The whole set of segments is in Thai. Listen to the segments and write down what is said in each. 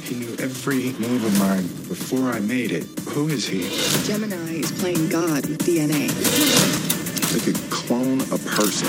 He knew every move of mine before I made it. Who is he? Gemini is playing God with DNA. They could clone a person.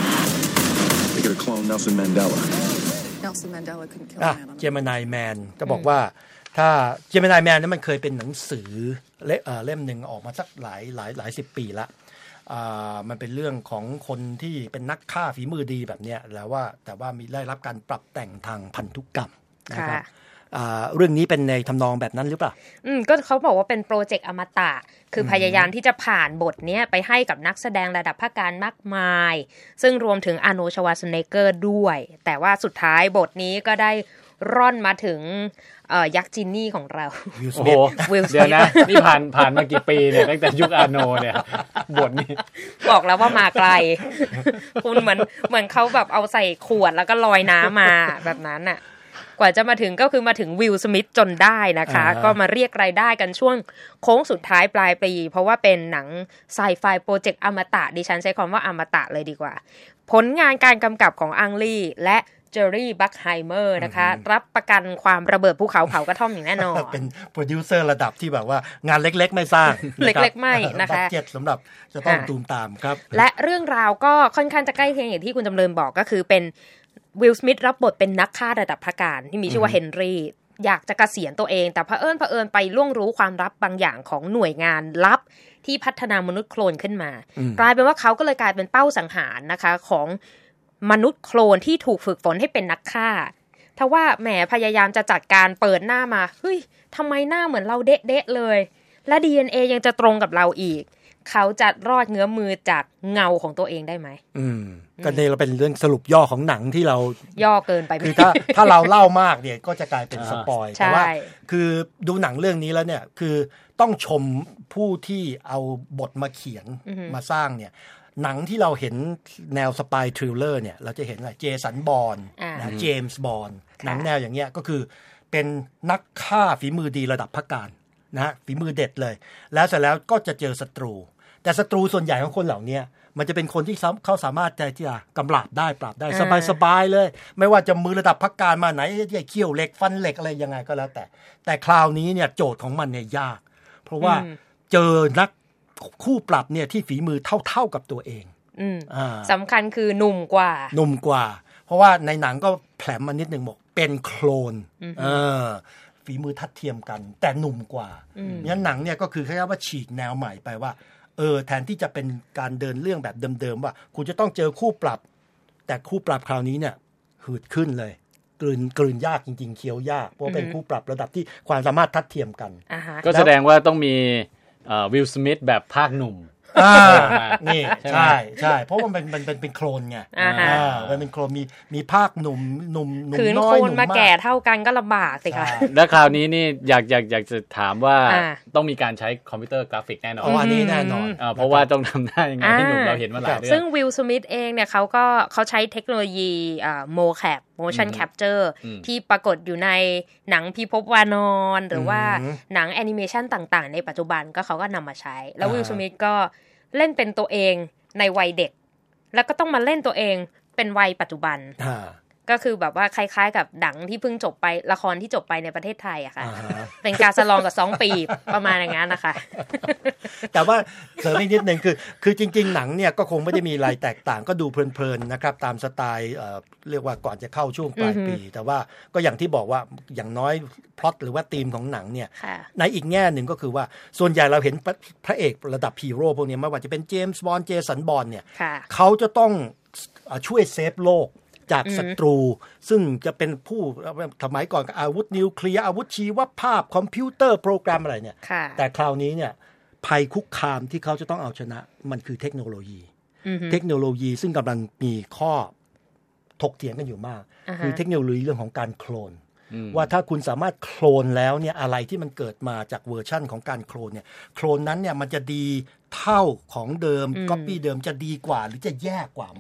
They could have cloned Nelson Mandela. Nelson Mandela couldn't kill a man. Gemini Man จะบอกว่าถ้า Gemini Man นั้นมันเคยเป็นหนังสือเล่มหนึ่งออกมาสักหลาย10 ปีละมันเป็นเรื่องของคนที่เป็นนักฆ่าฝีมือดีแบบเนี้ยแต่ว่ามีได้รับการปรับแต่งทางพันธุกรรมนะครับเรื่องนี้เป็นในทำนองแบบนั้นหรือเปล่าก็เขาบอกว่าเป็นโปรเจกต์อมตะคือพยายามที่จะผ่านบทนี้ไปให้กับนักแสดงระดับภาคการมากมายซึ่งรวมถึงอาร์โนลด์ ชวาร์เซเนกเกอร์ด้วยแต่ว่าสุดท้ายบทนี้ก็ได้ร่อนมาถึงยักษ์จินนี่ของเราโอ้โหเดี๋ยวนะนี่ผ่านมากี่ปีเนี่ยตั้งแต่ยุคอาโนเนี่ยบทนี้บอกแล้วว่ามาไกลคุณเหมือนเขาแบบเอาใส่ขวดแล้วก็ลอยน้ำมาแบบนั้นน่ะกว่าจะมาถึงก็คือมาถึงวิล สมิธจนได้นะคะก็มาเรียกรายได้กันช่วงโค้งสุดท้ายปลายปีเพราะว่าเป็นหนังไซไฟโปรเจกต์อมตะดิฉันใช้คำว่าอมตะเลยดีกว่าผลงานการกำกับของอังลี่และเจอรี่ บัคไฮเมอร์นะคะรับประกันความระเบิดภูเขาเผากระท่อมอย่างแน่นอนเป็นโปรดิวเซอร์ระดับที่แบบว่างานเล็กๆไม่สร้างเล็กๆไม่นะคะบัดเจ็ตสำหรับจะต้องตูมตามครับและเรื่องราวก็ค่อนข้างจะใกล้เคียงอย่างที่คุณจำเริญบอกก็คือเป็นวิล สมิธรับบทเป็นนักฆ่าระดับพระการที่มีชื่อว่าเฮนรี่อยากจะเกษียณตัวเองแต่เผอิญไปล่วงรู้ความลับบางอย่างของหน่วยงานลับที่พัฒนามนุษย์โคลนขึ้นมากลายเป็นว่าเขาก็เลยกลายเป็นเป้าสังหารนะคะของมนุษย์โคลนที่ถูกฝึกฝนให้เป็นนักฆ่าถ้าว่าแหมพยายามจะจัดการเปิดหน้ามาเฮ้ยทำไมหน้าเหมือนเราเด๊ะๆเลยและ DNA ยังจะตรงกับเราอีกเขาจะรอดเงื้อมือจากเงาของตัวเองได้ไหมก็เนี่ยเราเป็นเรื่องสรุปย่อของหนังที่เราย่อเกินไปคือถ้าเราเล่ามากเนี่ยก็จะกลายเป็นสปอยแต่ว่าคือดูหนังเรื่องนี้แล้วเนี่ยคือต้องชมผู้ที่เอาบทมาเขียนมาสร้างเนี่ยหนังที่เราเห็นแนวสปายทริลเลอร์เนี่ยเราจะเห็นอะไรเจสันบอนด์นะเจมส์บอนด์หนังแนวอย่างเงี้ยก็คือเป็นนักฆ่าฝีมือดีระดับพระการนะฝีมือเด็ดเลยแล้วเสร็จแล้วก็จะเจอศัตรูแต่ศัตรูส่วนใหญ่ของคนเหล่านี้มันจะเป็นคนที่เขาสามารถที่จะกำราบได้ปราบได้สบายๆเลยไม่ว่าจะมือระดับพระการมาไหนจะเขี้ยวเหล็กฟันเหล็กอะไรยังไงก็แล้วแต่คราวนี้เนี่ยโจทย์ของมันเนี่ยยากเพราะว่าเจอนักคู่ปรับเนี่ยที่ฝีมือเท่ากับตัวเองสำคัญคือหนุ่มกว่าเพราะว่าในหนังก็แผลมมานิดนึงบอกเป็นโคลนฝีมือทัดเทียมกันแต่หนุ่มกว่างั้นหนังเนี่ยก็คือแค่ว่าฉีกแนวใหม่ไปว่าแทนที่จะเป็นการเดินเรื่องแบบเดิมๆว่าคุณจะต้องเจอคู่ปรับแต่คู่ปรับคราวนี้เนี่ยหืดขึ้นเลยกลืนยากจริงๆเคี้ยวยากเพราะเป็นคู่ปรับระดับที่ความสามารถทัดเทียมกันก็แสดงว่าต้องมีวิล สมิธแบบภาคหนุ่มนี่ใช่เพราะว่ามันเป็นโคลนไงมันเป็นโคลนมีภาคหนุ่มน้อยหนุ่มมากคืนโคลนมาแก่เท่ากันก็ลำบากสิคะแล้วคราวนี้นี่อยากจะถามว่าต้องมีการใช้คอมพิวเตอร์กราฟิกแน่นอนอันนี้แน่นอนเพราะว่าต้องทำได้ยังไงให้หนุ่มเราเห็นมาหลายเรื่องซึ่งวิล สมิธเองเนี่ยเขาใช้เทคโนโลยีMoCap motion capture ที่ปรากฏอยู่ในหนังพิภพวานอนหรือว่าหนังแอนิเมชันต่างๆในปัจจุบันก็เขาก็นำมาใช้แล้ววิล สมิธก็เล่นเป็นตัวเองในวัยเด็กแล้วก็ต้องมาเล่นตัวเองเป็นวัยปัจจุบันก็คือแบบว่าคล้ายๆกับหนังที่เพิ่งจบไปละครที่จบไปในประเทศไทยอะค่ะเป็นการสลองกับ2 ปีประมาณอย่างนั้นนะคะแต่ว่าเสริมอีกนิดนึงคือจริงๆหนังเนี่ยก็คงไม่ได้มีอะไรแตกต่างก็ดูเพลินๆนะครับตามสไตล์เรียกว่าก่อนจะเข้าช่วงปลายปีแต่ว่าก็อย่างที่บอกว่าอย่างน้อยพล็อตหรือว่าธีมของหนังเนี่ยในอีกแง่หนึ่งก็คือว่าส่วนใหญ่เราเห็นพระเอกระดับฮีโร่พวกนี้ไม่ว่าจะเป็นเจมส์บอนด์เจสันบอนด์เนี่ยเขาจะต้องช่วยเซฟโลกจากศัตรูซึ่งจะเป็นผู้สมัยก่อนอาวุธนิวเคลียร์อาวุธชีวภาพคอมพิวเตอร์โปรแกรมอะไรเนี่ยแต่คราวนี้เนี่ยภัยคุกคามที่เขาจะต้องเอาชนะมันคือเทคโนโลยีซึ่งกำลังมีข้อถกเถียงกันอยู่มากคือเทคโนโลยีเรื่องของการโคลนว่าถ้าคุณสามารถโคลนแล้วเนี่ยอะไรที่มันเกิดมาจากเวอร์ชั่นของการโคลนเนี่ยโคลนนั้นเนี่ยมันจะดีเท่าของเดิมก๊อปปี้เดิมจะดีกว่าหรือจะแย่กว่าไหม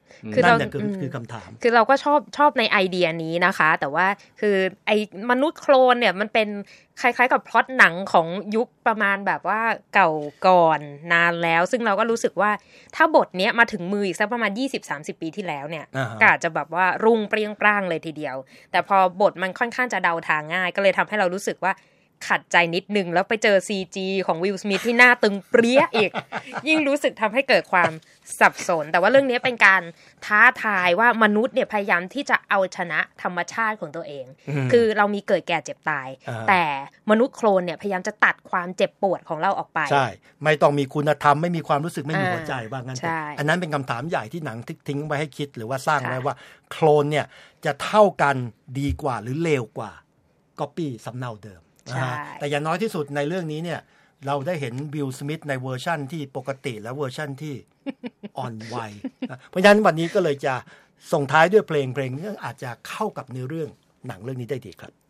นั่นแหละคือคำถามคือเราก็ชอบในไอเดียนี้นะคะแต่ว่าคือไอ้มนุษย์โคลนเนี่ยมันเป็นคล้ายๆกับพล็อตหนังของยุคประมาณแบบว่าเก่าก่อนนานแล้วซึ่งเราก็รู้สึกว่าถ้าบทเนี้ยมาถึงมืออีกสักประมาณ 20-30 ปีที่แล้วเนี่ยก็อาจจะแบบว่ารุ่งเปรี้ยงปร้างเลยทีเดียวแต่พอบทมันค่อนข้างจะเดาทางง่ายก็เลยทำให้เรารู้สึกว่าขัดใจนิดนึงแล้วไปเจอ CG ของวิลสมิธที่หน้าตึงเปรี้ยอีก ยิ่งรู้สึกทำให้เกิดความสับสนแต่ว่าเรื่องนี้เป็นการท้าทายว่ามนุษย์เนี่ยพยายามที่จะเอาชนะธรรมชาติของตัวเองคือเรามีเกิดแก่เจ็บตายแต่มนุษย์โคลนเนี่ยพยายามจะตัดความเจ็บปวดของเราออกไปใช่ไม่ต้องมีคุณธรรมไม่มีความรู้สึกไม่มีหัวใจว่างั้นอันนั้นเป็นคำถามใหญ่ที่หนังทิ้งไว้ให้คิดหรือว่าสร้างไว้ว่าโคลนเนี่ยจะเท่ากันดีกว่าหรือเลวกว่าก๊อปปี้สำเนาเดิมแต่อย่างน้อยที่สุดในเรื่องนี้เนี่ยเราได้เห็นวิลสมิธในเวอร์ชั่นที่ปกติและเวอร์ชั่นที่ อ่อนวัยเพราะฉะนั้นวันนี้ก็เลยจะส่งท้ายด้วยเพลงนี้อาจจะเข้ากับเนื้อเรื่องหนังเรื่องนี้ได้ดีครับ